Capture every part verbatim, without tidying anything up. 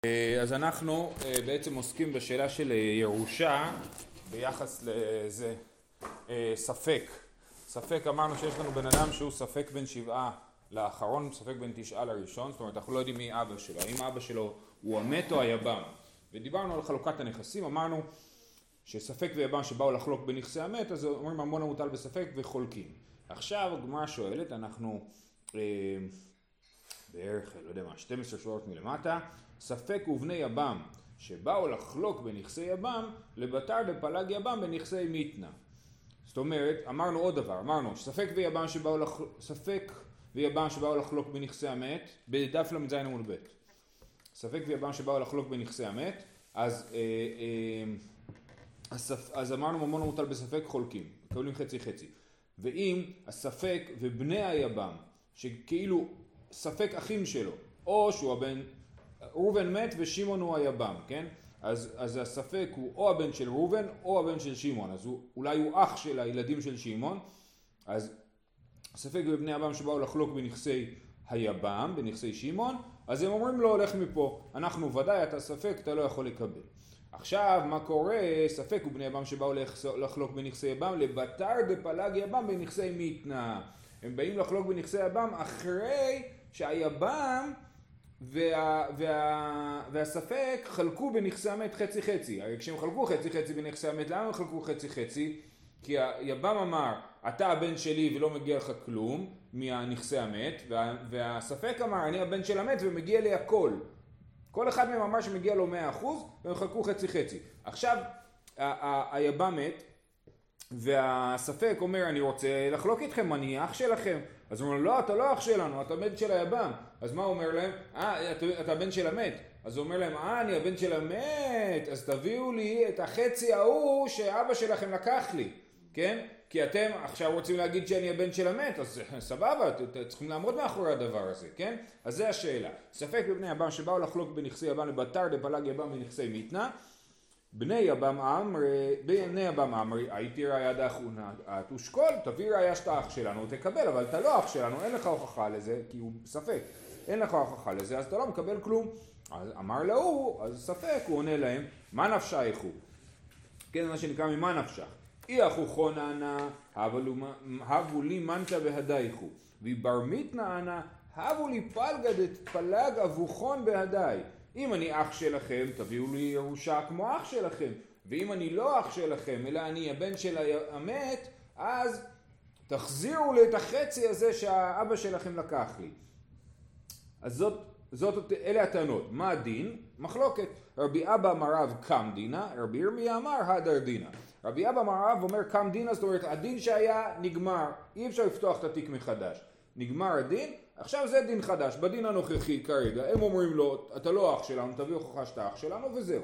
אז אנחנו בעצם עוסקים בשאלה של ירושה ביחס לזה ספק. ספק, אמרנו שיש לנו בן אדם שהוא ספק בין שבעה לאחרון, ספק בין תשעה לראשון, זאת אומרת אנחנו לא יודעים מי אבא שלו, האם אבא שלו הוא המת או היבם. ודיברנו על חלוקת הנכסים, אמרנו שספק ויבם שבאו לחלוק בנכסי המת, אז אומרים המון המוטל בספק וחולקים. עכשיו הגמרא שואלת, אנחנו אה, בערך, לא יודע מה, שתים עשרה שורות מלמטה, ספק ובני יבם שבאו לחלוק בנכסי יבם לבטר בפלג יבם בנכסי מיתנה. זאת אומרת, אמרנו עוד דבר, אמרנו ספק ויבם שבאו לח... ספק ויבם שבאו לחלוק בנכסי המת, בדף למ"ז עמוד ב'. ספק ויבם שבאו לחלוק בנכסי המת, אז, אה, אה, הספ... אז אמרנו ממון המוטל בספק חולקים, מקבלים חצי חצי. ואם הספק ובני היבם, שכאילו ספק אחים שלו, או שהוא הבן, ראובן מת ושמעון הוא היבם, כן? אז, אז הספק הוא או הבן של ראובן או הבן של שמעון, אז הוא, אולי הוא אח של הילדים של שמעון, אז הספק ובני היבם שבאו לחלוק בנכסי היבם, בנכסי שמעון, אז הם אומרים לו הולך מפה, אנחנו ודאי אתה ספק, אתה לא יכול לקבל. עכשיו מה קורה? ספק ובני יבם שבאו לחלוק בנכסי יבם לבטר דפלג יבם בנכסי מיתנה. הם באים לחלוק בנכסי יבם אחרי שהיבם וה, וה, והספק חלקו בנכסי המת חצי חצי. הרי כשהם חלקו חצי חצי בנכסי המת, למה הם חלקו חצי חצי? כי היבם אמר אתה הבן שלי ולא מגיע לך כלום מהנכסי המת, וה, והספק אמר אני הבן של המת ומגיע לי הכל. כל אחד מהם אמר שמגיע לו מאה אחוז והם חלקו חצי חצי. עכשיו היבם מת והספק אומר אני רוצה לחלוק איתכם, אני אח שלכם. אז הוא אומר לא, אתה לא אח שלנו, אתה בן של היבם. אז מה הוא אומר להם? אה, אתה, אתה בן של המת. אז הוא אומר להם אה, אני הבן של המת, אז תביאו לי את החצי ההוא שאבא שלכם לקח לי, כן? כי אתם עכשיו רוצים להגיד שאני הבן של המת, אז סבבה, אתם צריכים לעמוד מאחורי הדבר הזה, כן? אז זה השאלה. ספק בבני יבם שבאו לחלוק בנכסי יבם לבטר דפלג יבם בנכסי מיתנה, בני יבם אמרי, בני יבם אמרי, הייתי ראיה דאחרונה, תושקול, תביא ראיה שאתה אח שלנו, תקבל, אבל אתה לא אח שלנו, אין לך הוכחה לזה, כי הוא ספק, אין לך הוכחה לזה, אז אתה לא מקבל כלום. אז אמר להוא, אז ספק, הוא עונה להם, מה נפשה איכו? כן, מה שנקרא ממה נפשה? אי אחו חוננה, הבו לי מנתה בהדייכו, ובר מיתנה ענה, הבו לי פלגה דפלג אבוכון בהדי. אם אני אח שלכם, תביאו לי ירושה כמו אח שלכם, ואם אני לא אח שלכם, אלא אני הבן של המת, אז תחזירו לי את החצי הזה שהאבא שלכם לקח לי. אז זאת, זאת, אלה הטענות. מה הדין? מחלוקת. רבי אבא אמר רב קם דינה, רבי ירמיה אמר הדר דינה. רבי אבא אמר רב אומר קם דינה, זאת אומרת הדין שהיה נגמר, אי אפשר לפתוח את התיק מחדש. נגמר הדין, עכשיו זה דין חדש, בדין הנוכחי כרגע, הם אומרים לו, אתה לא אח שלנו, תביא הוכחה שאתה אח שלנו וזהו.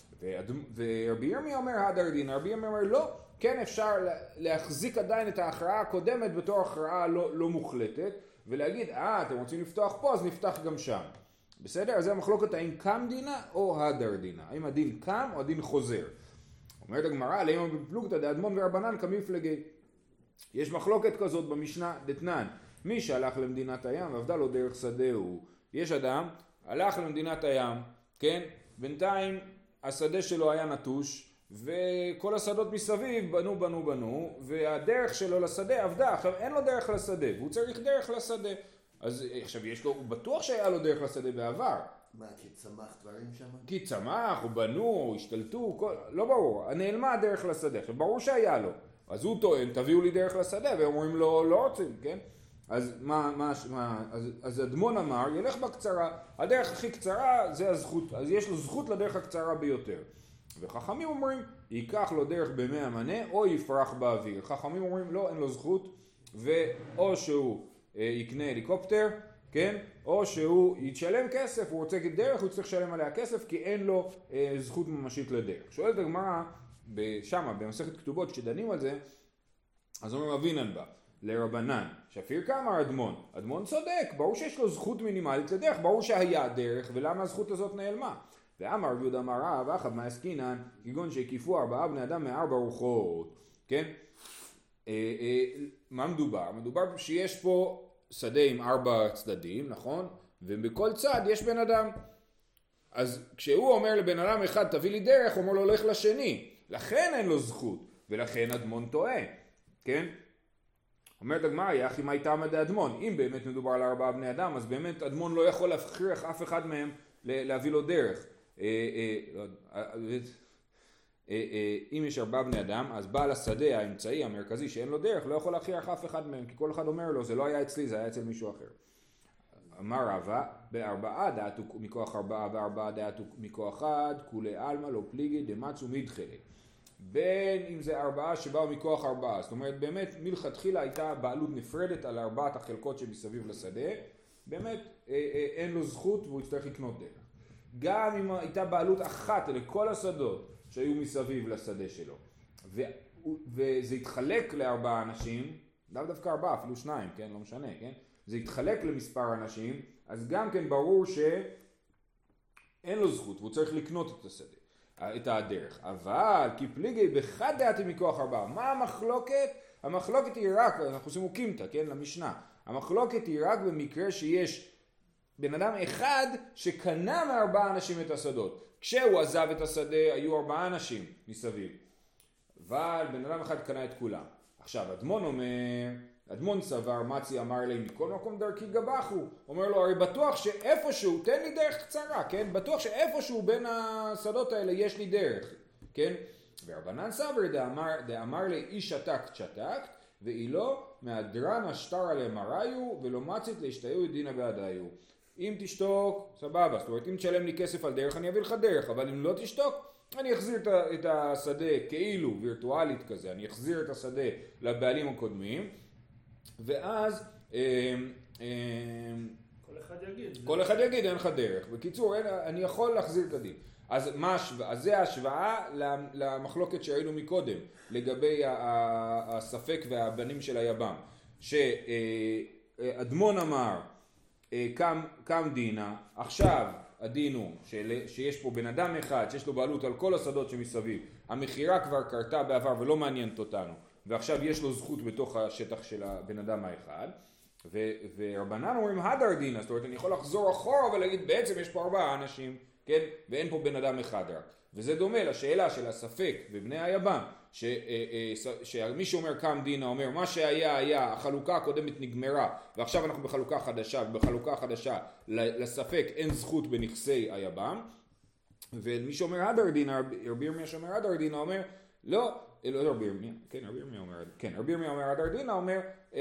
ורבי ירמיה אומר הדר דינה, רבי ירמיה אומר לא, כן אפשר להחזיק עדיין את ההכרעה הקודמת בתור הכרעה לא, לא מוחלטת, ולהגיד, אה, אתם רוצים לפתוח פה, אז נפתח גם שם. בסדר? אז זה המחלוקת האם קם דינה או הדר דינה. האם הדין קם או הדין חוזר. אומרת הגמרא, לאמא בפלוגתא דאדמון ורבנן כמפלגי. יש מחלוקת כזאת במשנה דתנן. מי שהלך למדינת הים ועבדה לו דרך שדהו. יש אדם, הלך למדינת הים, כן? בינתיים השדה שלו היה נטוש, וכל השדות מסביב בנו בנו בנו, והדרך שלו לשדה עבדה. עכשיו אין לו דרך לשדה, והוא צריך דרך לשדה. אז עכשיו יש לו, הוא בטוח שהיה לו דרך לשדה בעבר. מה, כי צמח דברים שם? כי צמח, או בנו, או השתלטו, כל, לא ברור. נעלמה הדרך לשדה. עכשיו ברור שהיה לו. אז הוא טוען, תביאו לי דרך לשדה, ואומרים לו, לא רוצים, כן? אז מה, מה, מה, אז, אז אדמון אמר, ילך בקצרה. הדרך הכי קצרה זה הזכות, אז יש לו זכות לדרך הקצרה ביותר. וחכמים אומרים, ייקח לו דרך במי המנה, או יפרח באוויר. חכמים אומרים, לא, אין לו זכות, ואו שהוא אה, יקנה הליקופטר, כן? או שהוא יתשלם כסף, הוא רוצה דרך, הוא צריך לשלם עליה כסף, כי אין לו אה, זכות ממשית לדרך. שואלת הגמרא, שמה, במסכת כתובות, שדנים על זה, אז אומרים אבינן בה, לרבנן, שפיר כאמר אדמון, אדמון צודק, ברור שיש לו זכות מינימלית לדרך, ברור שהיה דרך, ולמה הזכות הזאת נעלמה? ואמר רבי יהודה אמר רב, אחת מעסקינן, כגון שהקיפו ארבעה בני אדם מארבע רוחות, כן? אה, אה, מה מדובר? מדובר שיש פה שדה עם ארבע צדדים, נכון? ובכל צד יש בן אדם. אז כשהוא אומר לבן אדם אחד תביא לי דרך, הוא אומר לו הולך לשני, לכן אין לו זכות, ולכן אדמון טועה, כן? אומרת הגמרא, יחי מה הייתה עמד האדמון, אם באמת מדובר על ארבעה בני אדם, אז באמת אדמון לא יכול להכריח אף אחד מהם להביא לו דרך. אם יש ארבעה בני אדם, אז בעל השדה האמצעי המרכזי שאין לו דרך לא יכול להכריח אף אחד מהם, כי כל אחד אומר לו זה לא היה אצלי, זה היה אצל מישהו אחר. אמר רבא, בארבעה דעתו מכוח ארבעה וארבעה דעתו מכוח אחד, כולי עלמא לא פליגי דמצו מדחלי. בין אם זה ארבעה שבאו מכוח ארבעה, זאת אומרת באמת מלכתחילה הייתה בעלות נפרדת על ארבעת החלקות שמסביב לשדה, באמת אה, אה, אין לו זכות והוא יצטרך לקנות דרך. גם אם הייתה בעלות אחת לכל השדות שהיו מסביב לשדה שלו, ו, וזה התחלק לארבעה אנשים, לאו דווקא ארבעה, אפילו שניים, כן, לא משנה, כן? זה התחלק למספר אנשים, אז גם כן ברור שאין לו זכות והוא צריך לקנות את השדה. את הדרך, אבל כי פליגי בחד דעתי מכוח ארבעה. מה המחלוקת? המחלוקת היא רק, אנחנו עושים אוקימתא, כן, למשנה. המחלוקת היא רק במקרה שיש בן אדם אחד שקנה מארבעה אנשים את השדות. כשהוא עזב את השדה היו ארבעה אנשים מסביב, אבל בן אדם אחד קנה את כולם. עכשיו אדמון אומר, אדמון סבר, מצי אמר לי מכל מקום דרכי גבחו, אומר לו הרי בטוח שאיפשהו, תן לי דרך קצרה, כן? בטוח שאיפשהו בין השדות האלה יש לי דרך, כן? ורבנן סבר דאמר, דאמר לי אי שתקת שתקת, ואי לא מהדרן השטר עליהם הראיו ולא מצית להשתיו ידינה בעדיו. אם תשתוק, סבבה, זאת אומרת אם תשלם לי כסף על דרך אני אביא לך דרך, אבל אם לא תשתוק אני אחזיר את השדה כאילו וירטואלית כזה, אני אחזיר את השדה לבעלים הקודמים, ואז כל אחד יגיד כל אחד יגיד אין לך דרך. בקיצור אני יכול להחזיר את הדין. אז מה, אז זה ההשוואה למחלוקת שהיינו מקודם לגבי הספק והבנים של היבם, שאדמון אמר קם, קם דינה, עכשיו הדין הוא שיש פה בן אדם אחד שיש לו בעלות על כל השדות שמסביב, המחירה כבר קרתה בעבר ולא מעניינת אותנו, ועכשיו יש לו זכות בתוך השטח של הבן אדם האחד, ו- ורבנן אומרים הדר דינה, זאת אומרת אני יכול לחזור אחורה ולהגיד בעצם יש פה ארבעה אנשים, כן? ואין פה בן אדם אחד רק, וזה דומה לשאלה של הספק בבני היבם, ש- שמי שאומר קם דינה אומר מה שהיה היה, החלוקה הקודמת נגמרה ועכשיו אנחנו בחלוקה חדשה, ובחלוקה חדשה לספק אין זכות בנכסי היבם, ומי שאומר הדר דינה, רבי ירמיה שאומר הדר דינה אומר לא, לא רבי ירמיה, כן רבי ירמיה אומר, כן רבי ירמיה אומר הדר דינה אומר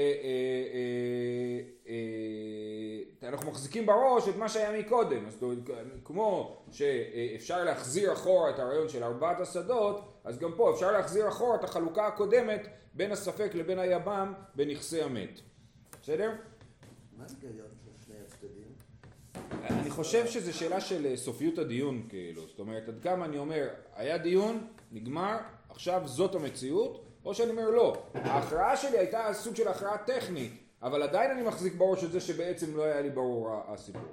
אנחנו מחזיקים בראש את מה שהיה מקודם, אז כמו שאפשר להחזיר אחורה את הרעיון של ארבעת השדות, אז גם פה אפשר להחזיר אחורה את החלוקה הקודמת בין הספק לבין היבם בנכסי המת. בסדר? מה ההיגיון של שני הצדדים? אני חושב שזה שאלה של סופיות הדיון כאילו, זאת אומרת עד כמה אני אומר היה דיון, נגמר, עכשיו זאת המציאות, או שאני אומר לא, ההכרעה שלי הייתה סוג של הכרעה טכנית, אבל עדיין אני מחזיק בראש את זה שבעצם לא היה לי ברור הסיפור.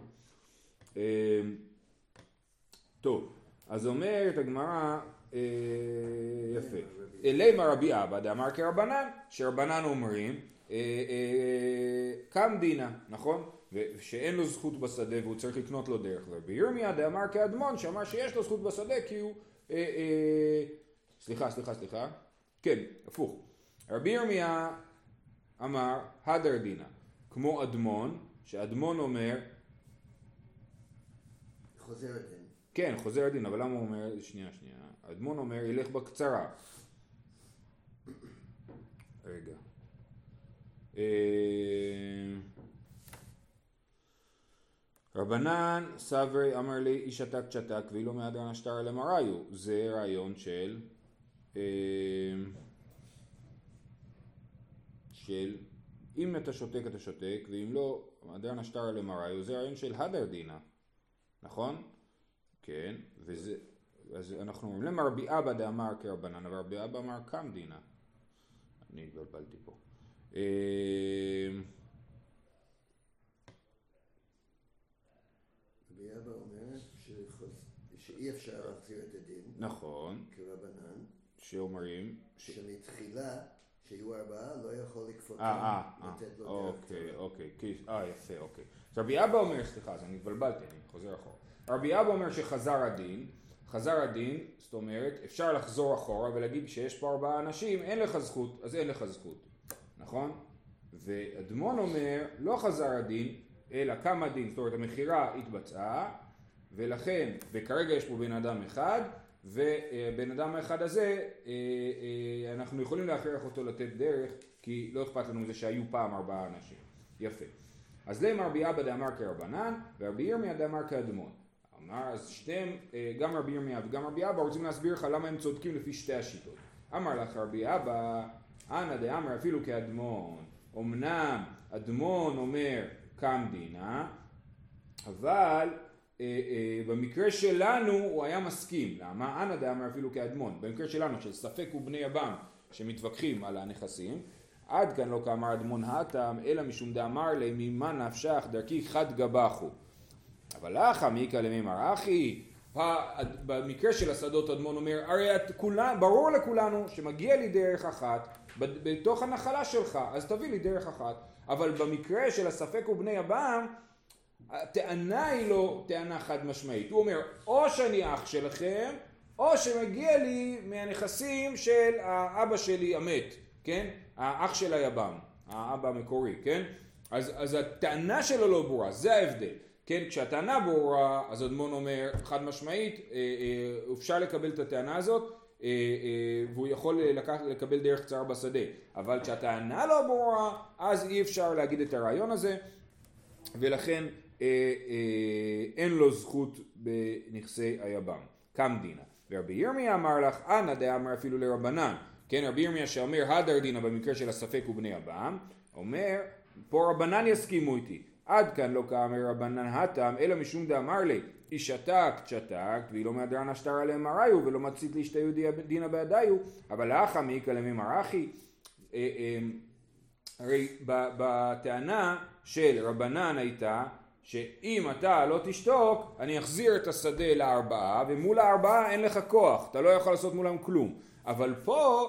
טוב, אז אומרת הגמרא, יפה, אלימה רבי אבא דאמר כרבנן, שרבנן אומרים קם דינה, נכון? ושאין לו זכות בשדה והוא צריך לקנות לו דרך. ורבי ירמיה דאמר כאדמון שאמר שיש לו זכות בשדה כי הוא סליחה, סליחה, סליחה. כן, הפוך. רבי ירמיה אמר הדר דינה, כמו אדמון, שאדמון אומר חוזר הדין. כן, חוזר הדין, אבל למה הוא אומר, שנייה, שנייה. אדמון אומר ילך בקצרה. רגע. רבנן סברי אמר לי איש שתק שתק ואילו מהדרן השטר למראיו. זה רעיון של של אם אתה שותק אתה שותק ואם לא מהדרן השטר למראיו, זה רעיון של הדר דינה, נכון? כן, וזה אז אנחנו אומרים למה רבי אבא דאמר כרבנן, אבל רבי אבא אמר קם דינה. אני התבלבלתי פה. רבי אבא אומר שאי אפשר להחזיר את הדין. נכון. כרבנן. שאומרים. שמתחילה שיהיו ארבעה לא יכול לקפוט לתת לו דרך. אוקיי, אוקיי. אה, יפה, אוקיי. אז רבי אבא אומר, סליחה, אז אני התבלבלתי, אני חוזר אחורה. רבי אבא אומר שחזר הדין, חזר הדין, זאת אומרת, אפשר לחזור אחורה ולהגיד שיש פה ארבעה אנשים, אין לך זכות, אז אין לך זכות, נכון? ואדמון אומר, לא חזר הדין, אלא כמה דין, זאת אומרת, המחירה התבצעה, ולכן, וכרגע יש פה בן אדם אחד, ובן אדם האחד הזה, אנחנו יכולים להכריח אותו לתת דרך, כי לא אכפת לנו מזה שהיו פעם ארבעה אנשים. יפה. אז למה רבי אבא דאמר כרבנן, ורבי ירמיה דאמר כאדמון. אמר, אז שתיהם, גם רבי ירמיה וגם רבי אבא, רוצים להסביר לך למה הם צודקים לפי שתי השיטות. אמר לך רבי אבא, אנא דאמר אפילו כאדמון. אמנם אדמון אומר קם דינה, אבל אה, אה, במקרה שלנו הוא היה מסכים. למה? אנא דאמר אפילו כאדמון. במקרה שלנו, של ספק ובני יבם שמתווכחים על הנכסים, עד כאן לא כאמר אדמון הטם, אלא משום דאמר לי ממה נפשך דרכי חד גבחו. אבל לך מיקה למימר אחי, במקרה של השדות אדמון אומר, הרי כולה, ברור לכולנו שמגיע לי דרך אחת בתוך הנחלה שלך, אז תביא לי דרך אחת. אבל במקרה של הספק ובני יבם, הטענה היא לא טענה חד משמעית. הוא אומר, או שאני אח שלכם, או שמגיע לי מהנכסים של האבא שלי המת, כן? האח של היבם, האבא המקורי, כן? אז, אז הטענה שלו לא ברורה, זה ההבדל. כן, כשהטענה ברורה, אז אדמון אומר חד משמעית, אה, אה, אפשר לקבל את הטענה הזאת, אה, אה, והוא יכול לקח, לקבל דרך קצרה בשדה. אבל כשהטענה לא ברורה, אז אי אפשר להגיד את הרעיון הזה, ולכן אה, אה, אין לו זכות בנכסי היבם. קם דינה. ורבי ירמיה אמר לך, אנא דאמר אפילו לרבנן. כן, רבי ירמיה שאומר הדר דינה במקרה של הספק ובני יבם, אומר, פה רבנן יסכימו איתי. עד כאן לא כאמר רבנן הטם, אלא משום דאמר לי, איש שתקת שתקת, והיא לא מהדרן השטר עליהם מראיו, ולא מצית להשתיו דינה בידיו, אבל לאחא מיקה למימר אחי, הרי בטענה של רבנן הייתה, שאם אתה לא תשתוק, אני אחזיר את השדה לארבעה, ומול הארבעה אין לך כוח, אתה לא יכול לעשות מולם כלום. אבל פה,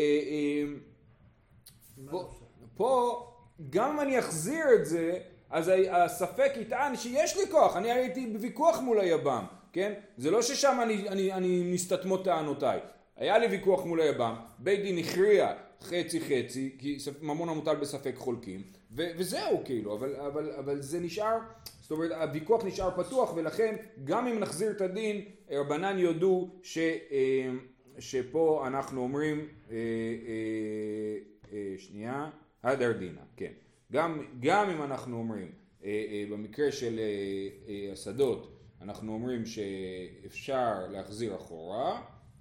פה, פה גם אם אני אחזיר את זה, אז הספק יטען שיש לי כוח, אני הייתי בוויכוח מול היבם, כן? זה לא ששם אני, אני, אני מסתתמות טענותיי. היה לי ויכוח מול היבם, בית דין הכריע חצי חצי, כי ממון המוטל בספק חולקים, ו- וזהו כאילו, אבל, אבל, אבל זה נשאר, זאת אומרת, הוויכוח נשאר פתוח, ולכן גם אם נחזיר את הדין, רבנן יודו ש, שפה אנחנו אומרים, שנייה, הדר דינה, כן. גם, גם אם אנחנו אומרים, אה, אה, במקרה של אה, אה, השדות, אנחנו אומרים שאפשר להחזיר אחורה,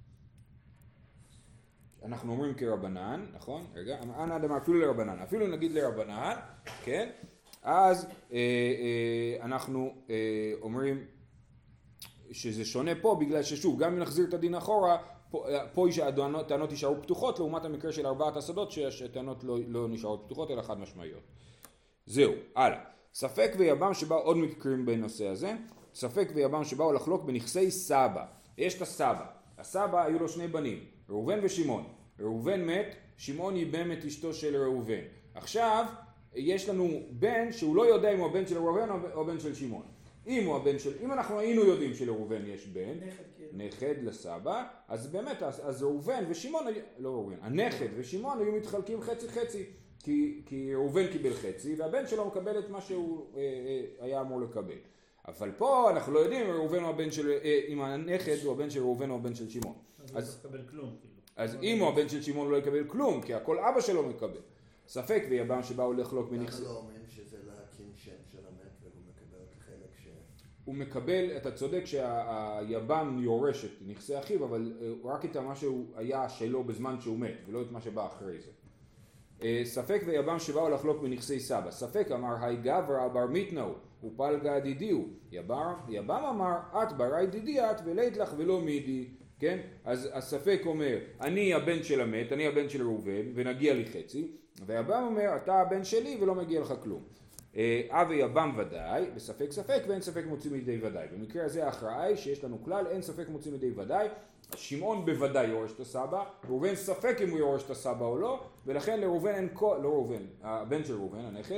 אנחנו אומרים כרבנן, נכון? רגע, אנא דאמר אפילו לרבנן, אפילו נגיד לרבנן, כן? אז אה, אה, אנחנו אה, אומרים שזה שונה פה, בגלל ששוב, גם אם נחזיר את הדין אחורה, פה, פה הטענות יישארו פתוחות, לעומת המקרה של ארבעת השדות, שהטענות לא, לא נשארות פתוחות, אלא חד משמעיות. זהו, הלאה. ספק ויבם שבאו עוד מקרים בנושא הזה, ספק ויבם שבאו לחלוק בנכסי סבא. יש את הסבא. הסבא היו לו שני בנים, ראובן ושמעון. ראובן מת, שמעון ייבם את אשתו של ראובן. עכשיו, יש לנו בן שהוא לא יודע אם הוא הבן של ראובן או הבן של שמעון. אם הוא הבן של, אם אנחנו היינו יודעים שלראובן יש בן, נכד לסבא, אז באמת, אז, אז ראובן ושמעון, לא ראובן, הנכד ושמעון היו מתחלקים חצי חצי, כי, כי ראובן קיבל חצי, והבן שלו מקבל את מה שהוא אה, אה, היה אמור לקבל. אבל פה אנחנו לא יודעים אם ראובן הוא הבן של, אה, אם הנכד הוא הבן של ראובן או הבן של שמעון. אז, אז הוא לא יקבל כלום, כאילו. אז אם הוא הבן של שמעון הוא לא יקבל כלום, כי הכל אבא שלו מקבל. ספק ויבם שבאו לחלוק בנכסי. למה לא אומרים שזה להקים שם של המת והוא מקבל את החלק ש... הוא מקבל, אתה צודק שהיבם יורש את נכסי אחיו, אבל רק את מה שהוא היה שלו בזמן שהוא מת, ולא את מה שבא אחרי זה. ספק ויבם שבאו לחלוק בנכסי סבא. ספק אמר, היי גברא בר מתנאו, ופלגה דידיו. יבם אמר, את ברי דידי את, ולית לך ולא מידי. כן? אז הספק אומר, אני הבן של המת, אני הבן של ראובן, ונגיע לי חצי. ויבם אומר, אתה הבן שלי ולא מגיע לך כלום. אבי יבם ודאי, בספק ספק, ואין ספק מוציא מידי ודאי. במקרה הזה ההכרעה היא שיש לנו כלל, אין ספק מוציא מידי ודאי. שמעון בוודאי יורש את הסבא, ראובן ספק אם הוא יורש את הסבא או לא, ולכן לראובן אין כל, לא ראובן, הבן של ראובן, הנכד,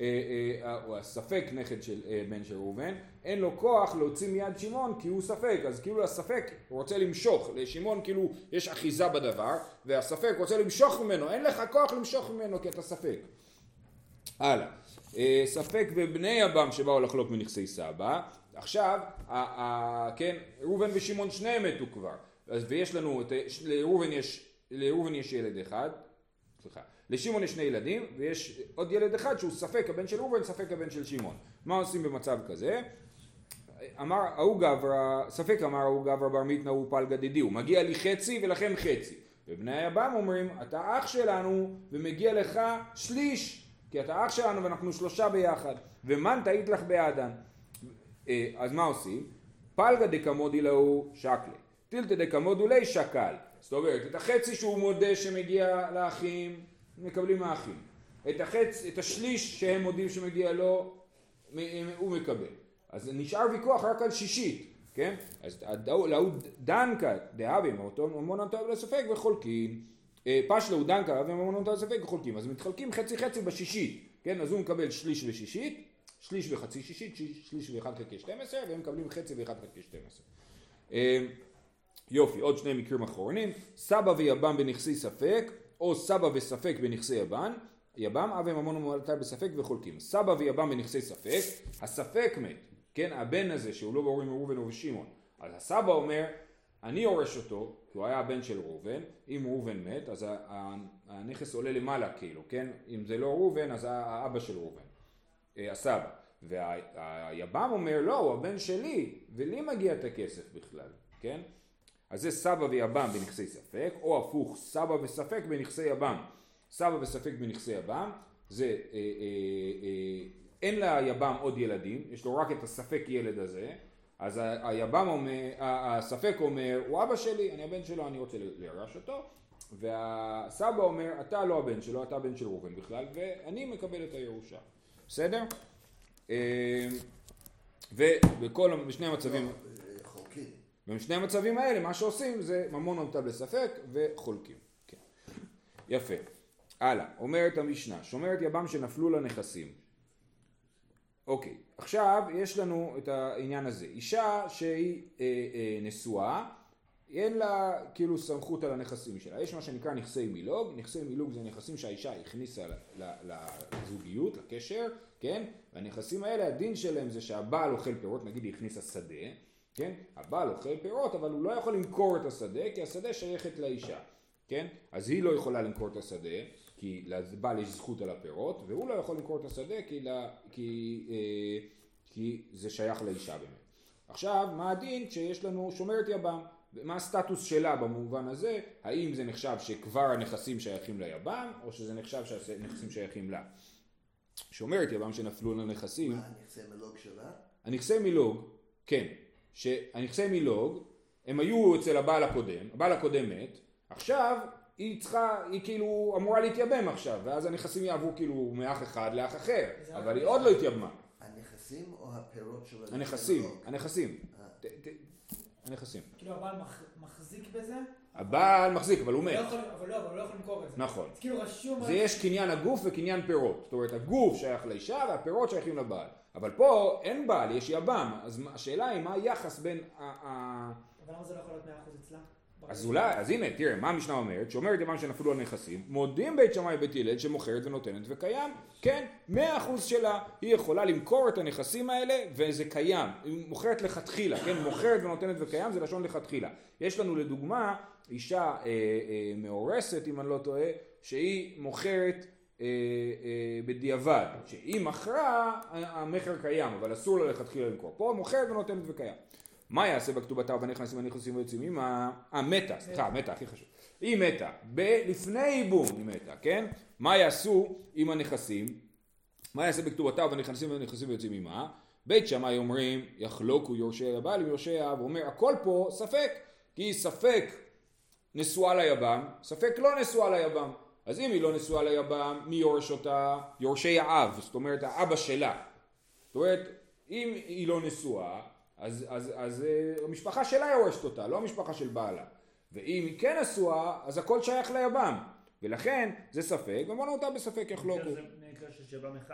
הוא הספק נכד של בן של ראובן, אין לו כוח להוציא מיד שמעון כי הוא ספק, אז כאילו הספק רוצה למשוך, לשמעון כאילו יש אחיזה בדבר, והספק רוצה למשוך ממנו, אין לך כוח למשוך ממנו כי אתה ספק. הלאה, ספק בבני יבם שבאו לחלוק מנכסי סבא, עכשיו, כן, ראובן ושמעון שניהם מתו כבר, ויש לנו, לראובן יש, לראובן יש ילד אחד, סליחה, לשמעון יש שני ילדים, ויש עוד ילד אחד שהוא ספק הבן של ראובן, ספק הבן של שמעון. מה עושים במצב כזה? אמר, ההוא גברא, ספק אמר, ההוא גברא בר מתנא הוא פלגא דדיהו, מגיע לי חצי ולכם חצי. ובני היבם אומרים, אתה אח שלנו ומגיע לך שליש, כי אתה אח שלנו ואנחנו שלושה ביחד. ומן תהית לך בעדן. אז מה עושים? פלגא דקמודי להו שקלה, טילתא דקמודו לי שקל. זאת אומרת, את החצי שהוא מודה שמגיע לאחים, מקבלים מהאחים. את החצי, את השליש שהם מודים שמגיע לו, הוא מקבל. אז נשאר ויכוח רק על שישית, כן? אז להוא דנקה דהבים, המון נטוע לספק וחולקים. פשלהו דנקה דהבים, המון נטוע לספק וחולקים. אז מתחלקים חצי חצי בשישית, כן? אז הוא מקבל שליש ושישית, שליש וחצי שישית, שליש ואחד חלקי שתים עשרה, והם מקבלים חצי ואחד חלקי שתים עשרה. יופי, עוד שני מקרים אחרונים, סבא ויבם בנכסי ספק, או סבא וספק בנכסי יבם, יבם, אבי ממון ומלטה בספק וחולקים. סבא ויבם בנכסי ספק, הספק מת, כן, הבן הזה שהוא לא ברור עם ראובן ובשמעון. אז הסבא אומר, אני יורש אותו, כי הוא היה הבן של ראובן, אם ראובן מת, אז הנכס עולה למעלה כאילו, כן, אם זה לא ראובן, אז האבא של ראובן, הסבא. והיבם אומר, לא, הוא הבן שלי, ולי מגיע את הכסף בכלל, כן? אז זה סבא ויבם בנכסי ספק, או הפוך, סבא וספק בנכסי יבם. סבא וספק בנכסי יבם, זה, אה, אה, אה, אין ליבם עוד ילדים, יש לו רק את הספק ילד הזה, אז היבם אומר, הספק אומר, הוא אבא שלי, אני הבן שלו, אני רוצה לרש אותו, והסבא אומר, אתה לא הבן שלו, אתה הבן של ראובן בכלל, ואני מקבל את הירושה. בסדר? אה, ובכל, בשני המצבים... בשני המצבים האלה מה שעושים זה ממון ומלטה בספק וחולקים. כן. יפה. הלאה, אומרת המשנה, שומרת יבם שנפלו לנכסים. אוקיי, עכשיו יש לנו את העניין הזה. אישה שהיא אה, אה, נשואה, אין לה כאילו סמכות על הנכסים שלה. יש מה שנקרא נכסי מילוג. נכסי מילוג זה נכסים שהאישה הכניסה לזוגיות, לקשר, כן? והנכסים האלה, הדין שלהם זה שהבעל אוכל פירות, נגיד היא הכניסה שדה, כן? הבעל אוכל פירות, אבל הוא לא יכול למכור את השדה, כי השדה שייכת לאישה, כן? אז היא לא יכולה למכור את השדה, כי לבעל יש זכות על הפירות, והוא לא יכול למכור את השדה, כי, לה, כי, אה, כי זה שייך לאישה באמת. עכשיו, מה הדין כשיש לנו שומרת יבם? מה הסטטוס שלה במובן הזה? האם זה נחשב שכבר הנכסים שייכים ליבם, או שזה נחשב שהנכסים שייכים לה? שומרת יבם שנפלו לנכסים... מה, הנכסי מילוג שלה? הנכסי מילוג, כן. שהנכסי מילוג, הם היו אצל הבעל הקודם, הבעל הקודם מת, עכשיו היא צריכה, היא כאילו אמורה להתייבם עכשיו, ואז הנכסים יעברו כאילו מאח אחד לאח אחר, אבל היא עוד לא התייבמה. הנכסים או הפירות של הנכסים? הנכסים, הנכסים. הנכסים. כאילו הבעל מחזיק בזה? הבעל מחזיק, אבל הוא מת. אבל לא, אבל הוא לא יכול למכור את זה. נכון. אז כאילו רשום... זה יש קניין הגוף וקניין פירות. זאת אומרת, הגוף שייך לאישה והפירות שייכים לבעל. אבל פה אין בעל, יש יבם. אז השאלה היא מה היחס בין ה... אבל למה זה לא יכול להיות מאה אחוז אצלה? אז אולי, אז הנה, תראה, מה המשנה אומרת? שאומרת יבם שנפלו על נכסים, מודים בית שמאי בית הלל שמוכרת ונותנת וקיים. כן, מאה אחוז שלה, היא יכולה למכור את הנכסים האלה וזה קיים. היא מוכרת לכתחילה, כן? מוכרת ונותנת וקיים זה לשון לכתחילה. יש לנו לדוגמה אישה אה, אה, מאורסת, אם אני לא טועה, שהיא מוכרת אה, אה, בדיעבד, שהיא מכרה, המחר קיים, אבל אסור לה לכתחילה למכור. פה מוכרת ונותנת וקיים. מה יעשה בכתובתה ונכנסים הנכסים ויוצאים? אם ה... מתה, סליחה, מתה, הכי חשוב. היא מתה, ב... לפני ייבום היא מתה, כן? מה יעשו עם הנכסים? מה יעשה בכתובתה ונכנסים הנכסים ויוצאים עמה? בית שמאי אומרים, יחלוקו יורשי הבעל עם יורשי האב, הוא אומר, הכל פה ספק, כי ספק נשואה ליבם, ספק לא נשואה ליבם. אז אם היא לא נשואה ליבם, מי יורש אותה? יורשי האב, זאת אומרת, האבא שלה. זאת אומרת, אם היא לא נשואה, אז, אז, אז המשפחה שלה יורשת אותה, לא המשפחה של בעלה. ואם היא כן נשואה, אז הכל שייך ליבם. ולכן זה ספק, ומונה אותה בספק יחלוקו. זה נקרא שיש יבם אחד.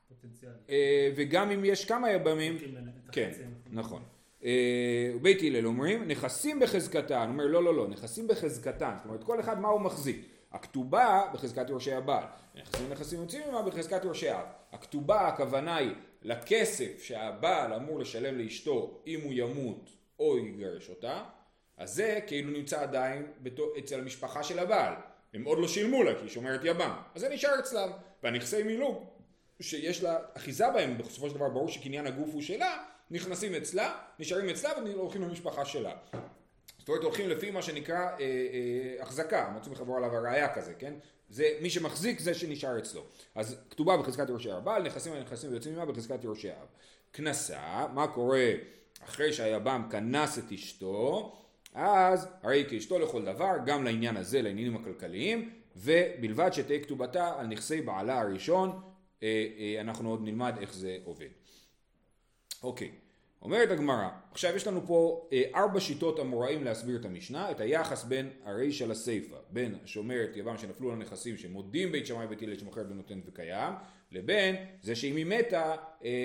פוטנציאלי. וגם אם יש כמה יבמים, כן, נכון. בית הלל אומרים, נכסים בחזקתן, אומר לא לא לא, נכסים בחזקתן, זאת אומרת כל אחד מה הוא מחזיק. הכתובה בחזקת יורשי הבעל, נכסים נכסים יוצאים ממה בחזקת יורשי האב. הכתובה הכוונה היא לכסף שהבעל אמור לשלם לאשתו אם הוא ימות או יגרש אותה, אז זה כאילו נמצא עדיין אצל המשפחה של הבעל. הם עוד לא שילמו לה כי היא שומרת יבם, אז זה נשאר אצלם. והנכסי מילוג שיש לה אחיזה בהם, בסופו של דבר ברור שקניין הגוף הוא שלה, נכנסים אצלה, נשארים אצלה והולכים למשפחה שלה. זאת אומרת הולכים לפי מה שנקרא אה, אה, החזקה, מוצאים לחבור עליו הראיה כזה, כן? זה מי שמחזיק זה שנשאר אצלו. אז כתובה בחזקת יורשי הבעל, נכסים ונכסים ויוצאים ממה בחזקת יורשי האב. כנסה, מה קורה אחרי שהיבם כנס את אשתו, אז הרי כאשתו לכל דבר, גם לעניין הזה, לעניינים הכלכליים, ובלבד שתהיה כתובתה על נכסי בעלה הראשון, אה, אה, אנחנו עוד נלמד איך זה עובד. אוקיי. אומרת הגמרא, עכשיו יש לנו פה אה, ארבע שיטות אמוראים להסביר את המשנה, את היחס בין הרישא לסיפא, בין שאומרת יבם שנפלו לנכסים שמודים בית שמאי ובית הלל שמוכרת ונותנת וקיים, לבין זה שאם היא מתה, אה,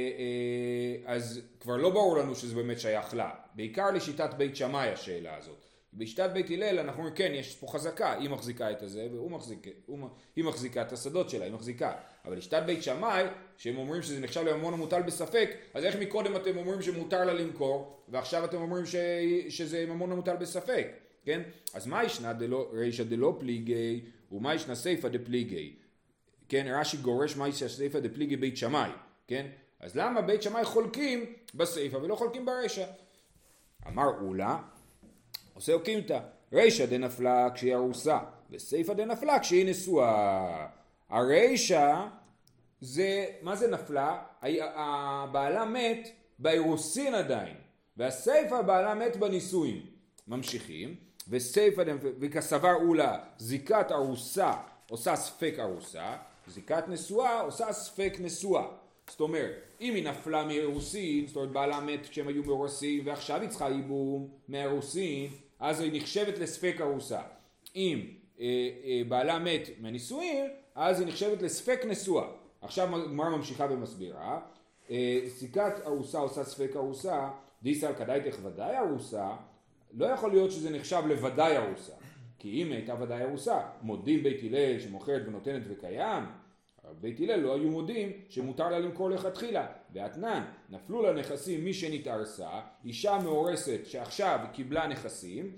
אה, אז כבר לא ברור לנו שזה באמת שייך לה. בעיקר לשיטת בית שמאי השאלה הזאת. בשיטת בית הלל אנחנו אומרים כן, יש פה חזקה, היא מחזיקה את הזה והוא מחזיק, הוא, היא מחזיקה את השדות שלה, היא מחזיקה. אבל בשיטת בית שמאי, שהם אומרים שזה נחשב לממון המוטל בספק, אז איך מקודם אתם אומרים שמותר לה למכור, ועכשיו אתם אומרים ש, שזה ממון המוטל בספק, כן? אז מה ישנה דלא, רישא דלא פליגי, ומה ישנה סיפא דפליגי? כן, רש"י גורש מה ישנה סיפא דפליגי בית שמאי, כן? אז למה בית שמאי חולקים בסיפא ולא חולקים ברישא? אמר אולה, עושה אוקימתא, רישא דנפלה כשהיא ארוסה, וסיפא דנפלה כשהיא נשואה. הרישא זה, מה זה נפלה? הבעלה מת באירוסין עדיין, והסיפא הבעלה מת בנישואין. ממשיכים, וסיפא וכסבר אולה, זיקת ארוסה עושה ספק ארוסה, זיקת נשואה עושה ספק נשואה. זאת אומרת, אם היא נפלה מאירוסין, זאת אומרת בעלה מת כשהם היו מאורסים ועכשיו היא צריכה ייבום מאירוסין, אז היא נחשבת לספק ארוסה. אם אה, אה, בעלה מת מהנישואין, אז היא נחשבת לספק נשואה. עכשיו הגמרא ממשיכה ומסבירה, אה, זיקת ארוסה עושה ספק ארוסה, דיסל כדאיתך ודאי ארוסה, לא יכול להיות שזה נחשב לוודאי ארוסה, כי אם הייתה ודאי ארוסה, מודים בית הלל שמוכרת ונותנת וקיים, בית הלל לא היו מודים שמותר לה למכור לכתחילה. באתנן, נפלו לה נכסים מי שנתארסה, אישה מאורסת שעכשיו קיבלה נכסים,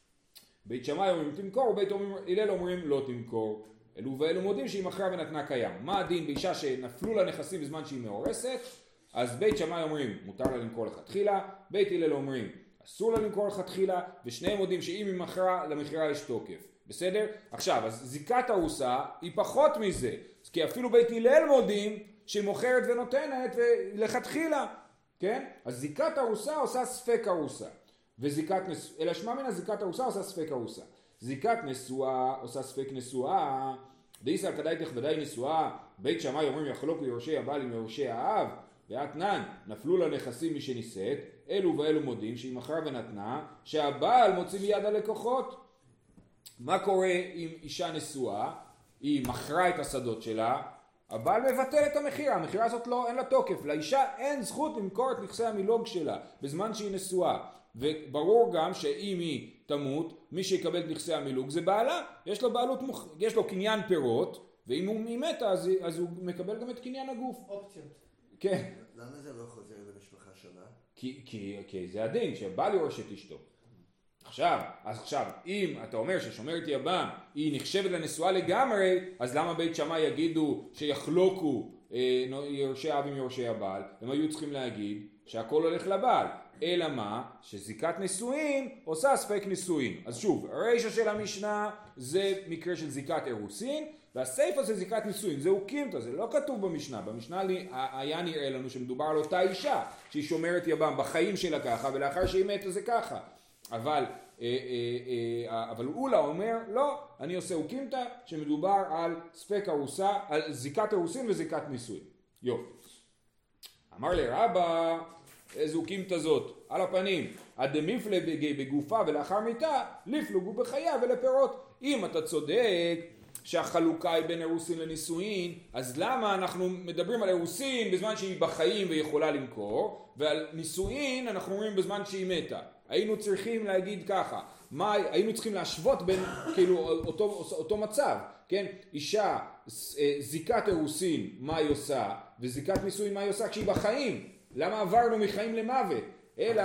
בית שמאי אומרים תמכור, ובית הלל אומרים לא תמכור. אלו ואלו מודים שהיא מכרה ונתנה קיים. מה הדין באישה שנפלו לה נכסים בזמן שהיא מאורסת? אז בית שמאי אומרים מותר לה למכור לכתחילה, בית הלל אומרים אסור לה למכור לכתחילה, ושניהם מודים שאם היא מכרה למכירה יש תוקף. בסדר? עכשיו, אז זיקת ארוסה היא פחות מזה, כי אפילו בית הלל מודים שהיא מוכרת ונותנת לכתחילה, כן? אז זיקת ארוסה עושה ספק ארוסה, וזיקת נשואה, אלא שמה מן הזיקת ארוסה עושה ספק ארוסה. זיקת נשואה עושה ספק נשואה, דאיסא כדאיתך ודאי נשואה, בית שמאי אומרים יחלוקו יורשי הבעל עם יורשי האב, ואתנן נפלו לה נכסים מי שנישאת, אלו ואלו מודים שהיא מכרה ונתנה, שהבעל מוציא מיד הלקוחות. מה קורה אם אישה נשואה, היא מכרה את השדות שלה, הבעל מבטל את המחירה, המחירה הזאת לא, אין לה תוקף, לאישה אין זכות למכור את נכסי המילוג שלה בזמן שהיא נשואה, וברור גם שאם היא תמות, מי שיקבל את נכסי המילוג זה בעלה, יש לו בעלות, יש לו קניין פירות, ואם הוא מתה אז, אז הוא מקבל גם את קניין הגוף. אופציות. כן. למה זה לא חוזר למשפחה שלה? כי, כי, כי זה הדין, שבעל יורש את אשתו. עכשיו, אז עכשיו, אם אתה אומר ששומרת יבם היא נחשבת לנשואה לגמרי, אז למה בית שמאי יגידו שיחלוקו אה, יורשי אב עם יורשי הבעל? הם היו צריכים להגיד שהכל הולך לבעל. אלא מה? שזיקת נישואין עושה ספק נישואין. אז שוב, הרישא של המשנה זה מקרה של זיקת אירוסין, והסיפא זה זיקת נישואין. זה אוקימתא, זה לא כתוב במשנה. במשנה היה נראה לנו שמדובר על אותה אישה שהיא שומרת יבם בחיים שלה ככה, ולאחר שהיא מתה זה ככה. אבל, אה, אה, אה, אבל אולה אומר, לא, אני עושה אוקימתא שמדובר על ספק ארוסה, על זיקת אירוסין וזיקת נישואין. יופי. אמר לרבא, איזו אוקימתא זאת, על הפנים, הדמיפלגי בגופה ולאחר מיתה, לפלוגו בחייה ולפירות. אם אתה צודק שהחלוקה היא בין אירוסין לנישואין, אז למה אנחנו מדברים על אירוסין בזמן שהיא בחיים ויכולה למכור, ועל נישואין אנחנו אומרים בזמן שהיא מתה? היינו צריכים להגיד ככה, מה, היינו צריכים להשוות בין כאילו אותו, אותו מצב, כן? אישה זיקת אירוסין מה היא עושה, וזיקת נישואין מה היא עושה כשהיא בחיים? למה עברנו מחיים למוות? אלא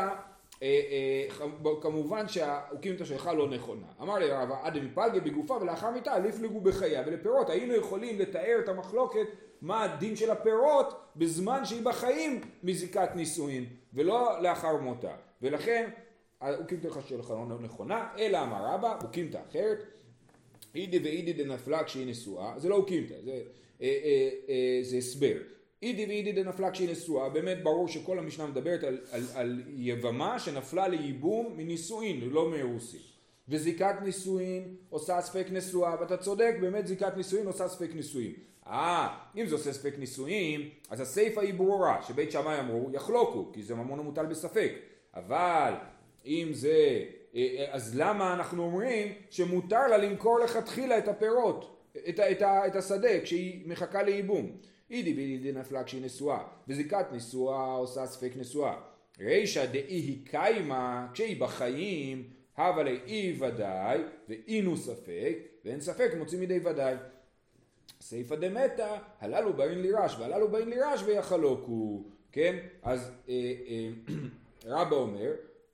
כמובן שהאוקימתא שלך לא נכונה. אמר לי רבא, אדם מפלגה בגופה ולאחר מיתה לפלגו בחייה, ולפירות היינו יכולים לתאר את המחלוקת מה הדין של הפירות בזמן שהיא בחיים מזיקת נישואין ולא לאחר מותה, ולכן האוקימתא שלך לא נכונה. אלא אמר רבא, אוקימתא אחרת, אידי ואידי דנפלה כשהיא נשואה, זה לא אוקימתא, זה, זה הסבר. אידי ואידי דנפלה כשהיא נשואה, באמת ברור שכל המשנה מדברת על, על, על יבמה שנפלה לייבום מנישואין, לא מאירוסין. וזיקת נישואין עושה ספק נשואה, ואתה צודק, באמת זיקת נישואין עושה ספק נישואין. אה, אם זה עושה ספק נישואין, אז הסיפה היא ברורה, שבית שמאי אמרו יחלוקו, כי זה ממון המוטל בספק. אבל אם זה, אז למה אנחנו אומרים שמותר לה למכור לכתחילה את הפירות, את, את, את השדה, כשהיא מחכה לייבום? אידי ואידי נפלה כשהיא נשואה, וזיקת נשואה עושה ספק נשואה. רישא דאי היא קיימה, כשהיא בחיים, הווה לאי ודאי, ואינו ספק, ואין ספק מוציא מידי ודאי. סייפא דמתא, הללו באין לירש, והללו באין לירש ויחלוקו. כן? אז אה, אה, רבא אומר,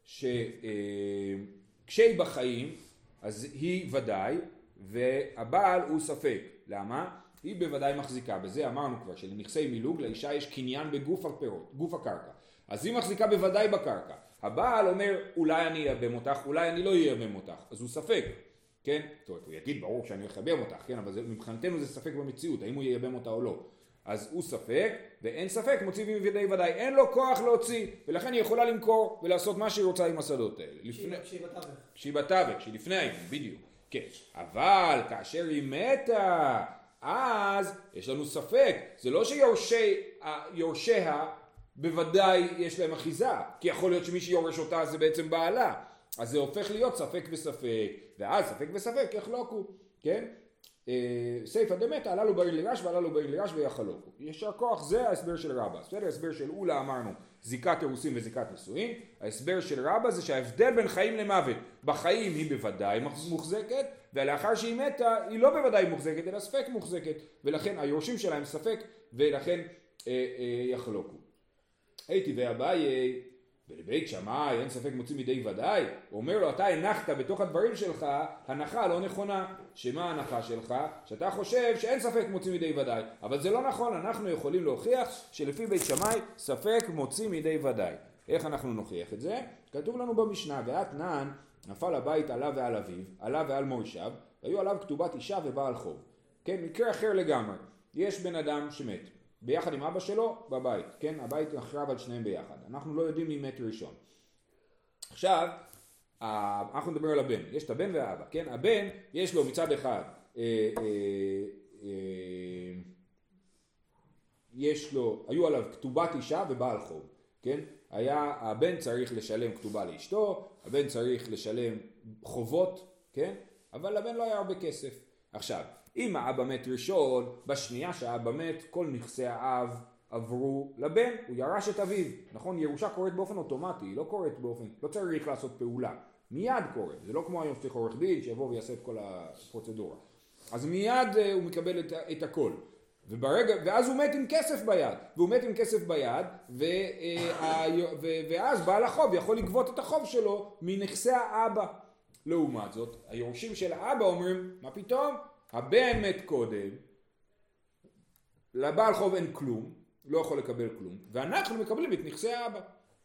שכשהיא בחיים, אז היא ודאי, והבעל הוא ספק. למה? היא בוודאי מחזיקה בזה, אמרנו כבר שלנכסי מילוג לאישה יש קניין בגוף הפירות, גוף הקרקע. אז היא מחזיקה בוודאי בקרקע. הבעל אומר אולי אני אייבם אותך, אולי אני לא אייבם אותך, אז הוא ספק, כן? זאת אומרת, הוא יגיד ברור שאני אייבם אותך, כן? אבל זה, מבחינתנו זה ספק במציאות, האם הוא ייבם אותה או לא. אז הוא ספק, ואין ספק מוציא מידי ודאי, אין לו כוח להוציא, ולכן היא יכולה למכור ולעשות מה שהיא רוצה עם השדות האלה. לפני... כשהיא בתווך. כשהיא בתווך, כשהיא לפני האיבום, בדיוק. כן. אבל כאשר היא מתה, אז יש לנו ספק, זה לא שיורשיה בוודאי יש להם אחיזה, כי יכול להיות שמי שיורש אותה זה בעצם בעלה, אז זה הופך להיות ספק וספק, ואז ספק וספק יחלוקו, כן? סייפא דמתא, הללו באין לירש והללו באין לירש ויחלוקו. ישר כוח, זה ההסבר של רבא. בסדר, ההסבר של אולה אמרנו זיקת אירוסין וזיקת נישואין. ההסבר של רבא זה שההבדל בין חיים למוות, בחיים היא בוודאי מוחזקת, ולאחר שהיא מתה היא לא בוודאי מוחזקת אלא ספק מוחזקת, ולכן היורשים שלהם ספק ולכן אה, אה, יחלוקו. הייתי ואביי, ולבית שמאי אין ספק מוציא מידי ודאי, הוא אומר לו אתה הנחת בתוך הדברים שלך הנחה לא נכונה. שמה ההנחה שלך? שאתה חושב שאין ספק מוציא מידי ודאי, אבל זה לא נכון. אנחנו יכולים להוכיח שלפי בית שמאי ספק מוציא מידי ודאי. איך אנחנו נוכיח את זה? כתוב לנו במשנה, ואתנן נפל הבית עליו ועל אביו, עליו ועל מורישיו, והיו עליו כתובת אישה ובעל חוב. כן, מקרה אחר לגמרי. יש בן אדם שמת ביחד עם אבא שלו בבית, כן? הבית נחרב על שניהם ביחד. אנחנו לא יודעים מי מת ראשון. עכשיו, אנחנו נדבר על הבן. יש את הבן והאבא, כן? הבן, יש לו מצד אחד, אה, אה, אה, יש לו, היו עליו כתובת אישה ובעל חוב, כן? היה, הבן צריך לשלם כתובה לאשתו, הבן צריך לשלם חובות, כן? אבל לבן לא היה הרבה כסף. עכשיו, אם האבא מת ראשון, בשנייה שהאבא מת, כל נכסי האב עברו לבן, הוא ירש את אביו. נכון? ירושה קורית באופן אוטומטי, היא לא קורית באופן, לא צריך לעשות פעולה. מיד קורית, זה לא כמו היום שצריך עורך דין שיבוא ויעשה את כל הפרוצדורה. אז מיד הוא מקבל את, את הכל. וברגע, ואז הוא מת עם כסף ביד, והוא מת עם כסף ביד, וה, ו, ואז בעל החוב יכול לגבות את החוב שלו מנכסי האבא. לעומת זאת, היורשים של האבא אומרים, מה פתאום? הבן מת קודם, לבעל חוב אין כלום, לא יכול לקבל כלום, ואנחנו מקבלים את נכסי האבא.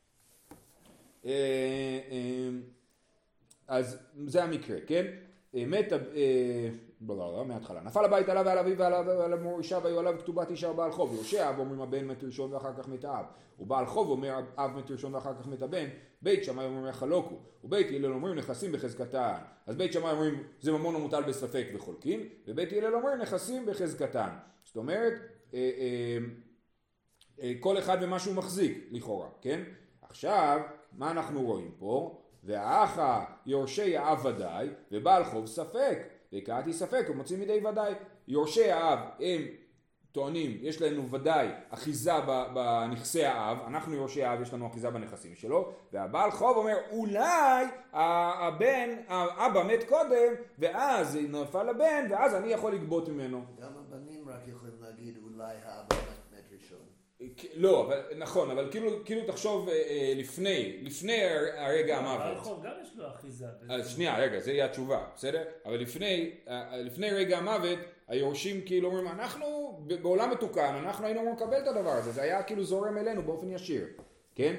אז זה המקרה, כן? מת, בלעלה, מההתחלה. נפל הבית עליו ועל אביו ועל המורישה והיו עליו כתובת אישה ובעל חוב. יורשי אב אומרים הבן מת ראשון ואחר כך מת האב. ובעל חוב אומר אב מת ראשון ואחר כך מת הבן. בית שמאי אומרים יחלוקו. ובית הלל אומרים נכסים בחזקתן. אז בית שמאי אומרים זה ממון המוטל בספק וחולקים. ובית הלל אומרים נכסים בחזקתן. זאת אומרת, אה, אה, אה, כל אחד במה שהוא מחזיק לכאורה, כן? עכשיו, מה אנחנו רואים פה? והאחה יורשי האב ודאי ובעל חוב ספק. וקראתי ספק ומוציא מידי ודאי. יורשי האב הם טוענים, יש לנו ודאי אחיזה בנכסי האב, אנחנו יורשי האב, יש לנו אחיזה בנכסים שלו, והבעל חוב אומר אולי הבן, האבא מת קודם, ואז נפל לבן, ואז אני יכול לגבות ממנו. גם הבנים רק יכולים להגיד אולי האבא מת ראשון. לא, אבל, נכון, אבל כאילו, כאילו תחשוב אה, לפני, לפני הרגע המוות. הבעל חוב גם יש לו אחיזה. אז שנייה, רגע, זה יהיה התשובה, בסדר? אבל לפני, לפני רגע המוות, היורשים כאילו אומרים, אנחנו בעולם מתוקן, אנחנו היינו אמורים לקבל את הדבר הזה, זה היה כאילו זורם אלינו באופן ישיר, כן?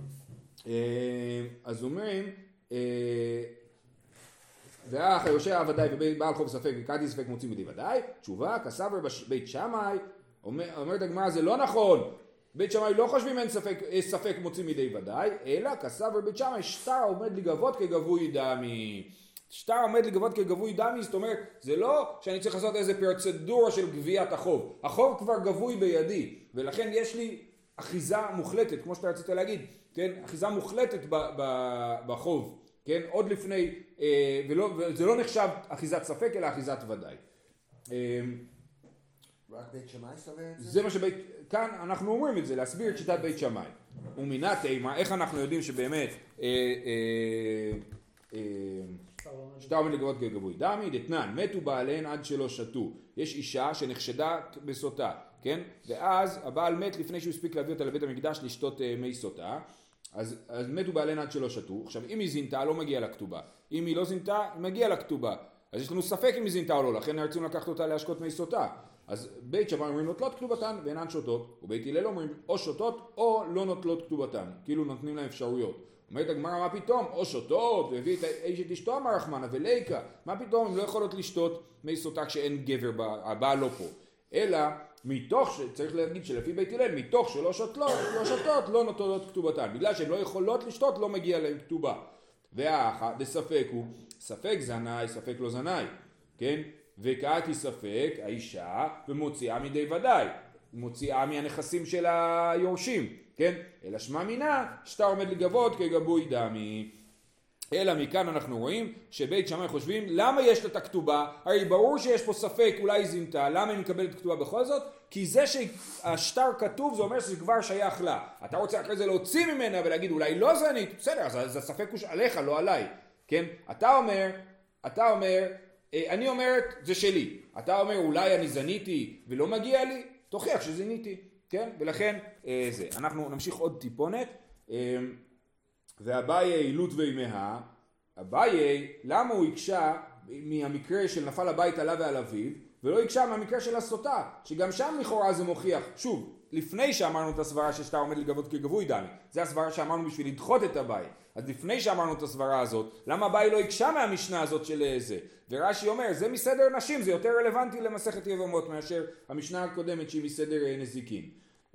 אז אומרים, ואח היורשי האב ודאי ובעל חוב ספק וקראתי ספק מוציא מידי ודאי, תשובה, כסבר בית שמאי, אומרת הגמרא זה לא נכון, בית שמאי לא חושבים אין ספק, ספק מוציא מידי ודאי, אלא כסבר בית שמאי שטר עומד לגבות כגבוי דמי. שטר עומד לגבות כגבוי דמי, זאת אומרת, זה לא שאני צריך לעשות איזה פרוצדורה של גביית החוב. החוב כבר גבוי בידי, ולכן יש לי אחיזה מוחלטת, כמו שאתה רצית להגיד, כן? אחיזה מוחלטת ב- ב- בחוב, כן? עוד לפני, אה, ולא, וזה לא נחשב אחיזת ספק, אלא אחיזת ודאי. אה, רק בית שמאי סובר את זה? זה מה שבית, כאן אנחנו אומרים את זה, להסביר את שיטת בית שמאי. ומינה תימה, איך אנחנו יודעים שבאמת אה, אה, אה, שטר עומד לגבות כגבוי דמי, דתנן, מתו בעליהן עד שלא שתו. יש אישה שנחשדה בסוטה, כן? ואז הבעל מת לפני שהוא הספיק להביא אותה לבית המקדש לשתות אה, מי סוטה, אז, אז מתו בעליהן עד שלא שתו. עכשיו, אם היא זינתה, לא מגיע לכתובה. אם היא לא זינתה, מגיע לכתובה. אז יש לנו ספק אם היא זינתה או לא, לכן רצינו לקחת אותה להשקות מי סוטה. אז בית שמאי אומרים נוטלות כתובתן ואינן שותות, ובית הלל אומרים או שותות או לא נוטלות כתובתן, כאילו נותנים להם אפשרויות. אומרת הגמרא מה פתאום, או שותות, והביא את האיש את אשתו אמר רחמנא וליקה, מה פתאום הם לא יכולות לשתות מי סוטה כשאין גבר, הבעל לא פה, אלא מתוך, צריך להגיד שלפי בית הלל, מתוך שלא שותות, לא שותות, לא נוטלות כתובתן, בגלל שהן לא יכולות לשתות לא מגיע להם כתובה. והאחד ספק הוא, ספק זנאי, ספק לא זנאי, כן? וקראתי ספק, האישה, ומוציאה מידי ודאי, מוציאה מהנכסים של היורשים, כן? אלא שמה מינה, שטר עומד לגבות כגבוי דמי. אלא מכאן אנחנו רואים שבית שמאי חושבים, למה יש לה את הכתובה? הרי ברור שיש פה ספק, אולי זינתה, למה היא מקבלת כתובה בכל זאת? כי זה שהשטר כתוב, זה אומר שזה כבר שייך לה. אתה רוצה אחרי זה להוציא ממנה ולהגיד, אולי לא זנית, בסדר, אז הספק הוא עליך, לא עליי, כן? אתה אומר, אתה אומר, אני אומרת, זה שלי. אתה אומר, אולי אני זניתי ולא מגיע לי, תוכיח שזניתי, כן? ולכן, אה, זה. אנחנו נמשיך עוד טיפונת. אה, והבאי עילות וימיה, הבאי, למה הוא הקשה מהמקרה של נפל הבית עליו ועל אביו, ולא הקשה מהמקרה של הסוטה, שגם שם לכאורה זה מוכיח, שוב, לפני שאמרנו את הסברה ששטר עומד לגבות כגבוי דמי, זה הסברה שאמרנו בשביל לדחות את הבאי. אז לפני שאמרנו את הסברה הזאת, למה הבאי לא הקשה מהמשנה הזאת של זה? ורש"י אומר, זה מסדר נשים, זה יותר רלוונטי למסכת יבמות מאשר המשנה הקודמת שהיא מסדר נזיקין.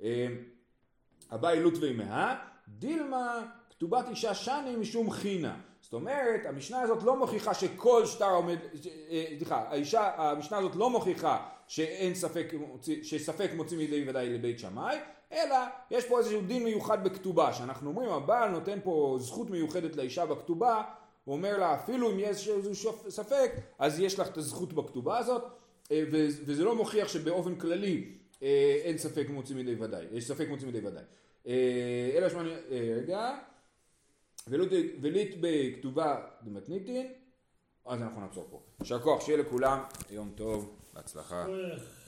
הבאי עילות וימיה, דילמה כתובת אישה שני משום חינה. זאת אומרת, המשנה הזאת לא מוכיחה שכל שטר עומד, סליחה, האישה, המשנה הזאת לא מוכיחה שאין ספק, שספק מוציא מידי ודאי לבית שמאי, אלא יש פה איזשהו דין מיוחד בכתובה, שאנחנו אומרים, הבעל נותן פה זכות מיוחדת לאישה בכתובה, הוא אומר לה, אפילו אם יש איזשהו ספק, אז יש לך את הזכות בכתובה הזאת, וזה לא מוכיח שבאופן כללי אין ספק מוציא מידי ודאי, יש ספק מוציא מידי ודאי. אלא שמעני, רגע, וליט בכתובה דמתניתין, אז אנחנו נעצור פה. יישר כוח, שיהיה לכולם, יום טוב, בהצלחה.